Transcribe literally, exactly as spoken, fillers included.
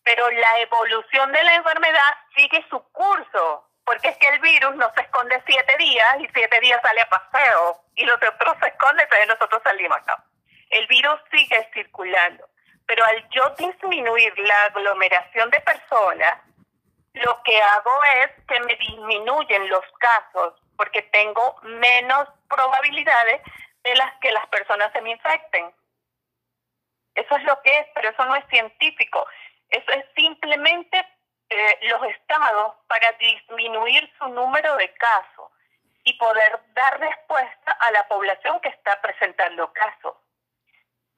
pero la evolución de la enfermedad sigue su curso, porque es que el virus no se esconde siete días y siete días sale a paseo y los otros se esconden, entonces nosotros salimos, no. El virus sigue circulando, pero al yo disminuir la aglomeración de personas, lo que hago es que me disminuyen los casos, porque tengo menos probabilidades de las que las personas se me infecten. Eso es lo que es, pero eso no es científico. Eso es simplemente eh, los estados para disminuir su número de casos y poder dar respuesta a la población que está presentando casos.